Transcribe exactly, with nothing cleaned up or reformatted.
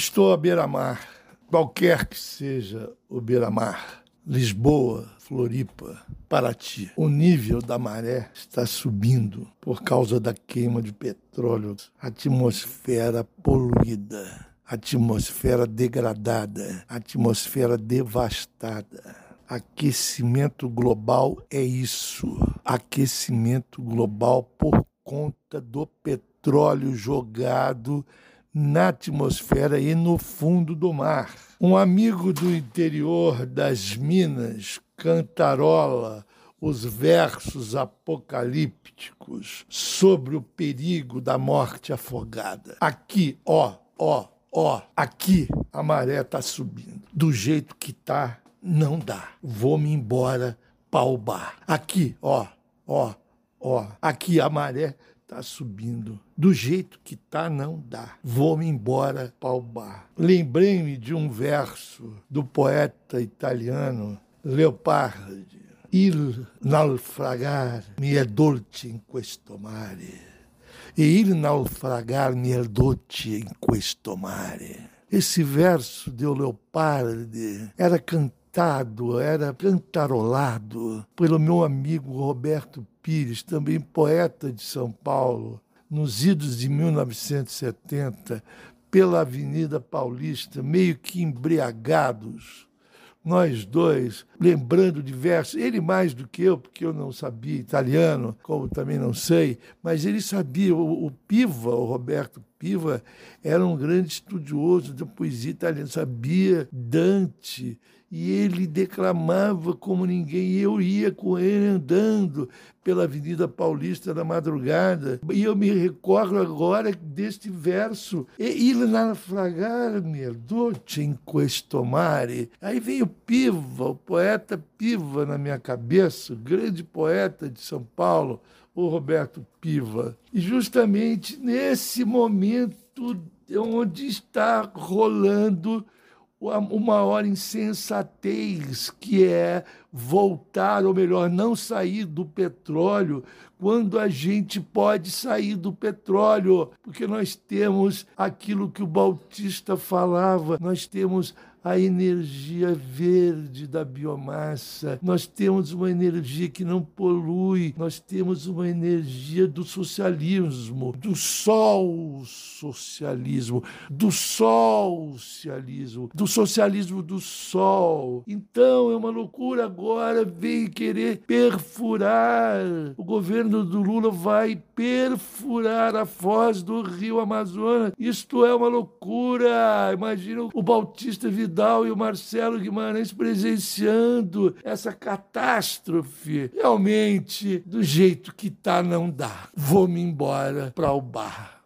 Estou à beira-mar, qualquer que seja o beira-mar, Lisboa, Floripa, Paraty. O nível da maré está subindo por causa da queima de petróleo, atmosfera poluída, atmosfera degradada, atmosfera devastada. Aquecimento global é isso. Aquecimento global por conta do petróleo jogado na atmosfera e no fundo do mar. Um amigo do interior das Minas cantarola os versos apocalípticos sobre o perigo da morte afogada. Aqui, ó, ó, ó, aqui a maré está subindo. Do jeito que está, não dá. Vou-me embora para o bar. Aqui, ó, ó, ó, aqui a maré está subindo. Do jeito que tá, não dá. Vou-me embora para o bar. Lembrei-me de um verso do poeta italiano Leopardi. Il naufragar mi è dolce in questo mare. E il naufragar mi è dolce in questo mare. Esse verso de Leopardi era cantado, era cantarolado pelo meu amigo Roberto Pires, também poeta de São Paulo, nos idos de mil novecentos e setenta, pela Avenida Paulista, meio que embriagados, nós dois, lembrando de versos, ele mais do que eu, porque eu não sabia italiano, como também não sei, mas ele sabia, o, o Piva, o Roberto Piva, era um grande estudioso da poesia italiana, sabia Dante, e ele declamava como ninguém, e eu ia com ele andando pela Avenida Paulista na madrugada, e eu me recordo agora deste verso, il naufragar mi è dolce in questo mare. Aí vem o Piva, o poeta Piva na minha cabeça, o grande poeta de São Paulo, o Roberto Piva. E justamente nesse momento onde está rolando o maior insensatez, que é voltar, ou melhor, não sair do petróleo, quando a gente pode sair do petróleo, porque nós temos aquilo que o Bautista falava, nós temos a energia verde da biomassa, nós temos uma energia que não polui, nós temos uma energia do socialismo, do sol socialismo, do sol socialismo, do socialismo do sol. Então é uma loucura agora, vem querer perfurar, o governo do Lula vai perfurar a foz do rio Amazonas. Isto é uma loucura. Imagina o Bautista Vidal e o Marcelo Guimarães presenciando essa catástrofe. Realmente, do jeito que tá, não dá. Vou-me embora para o bar.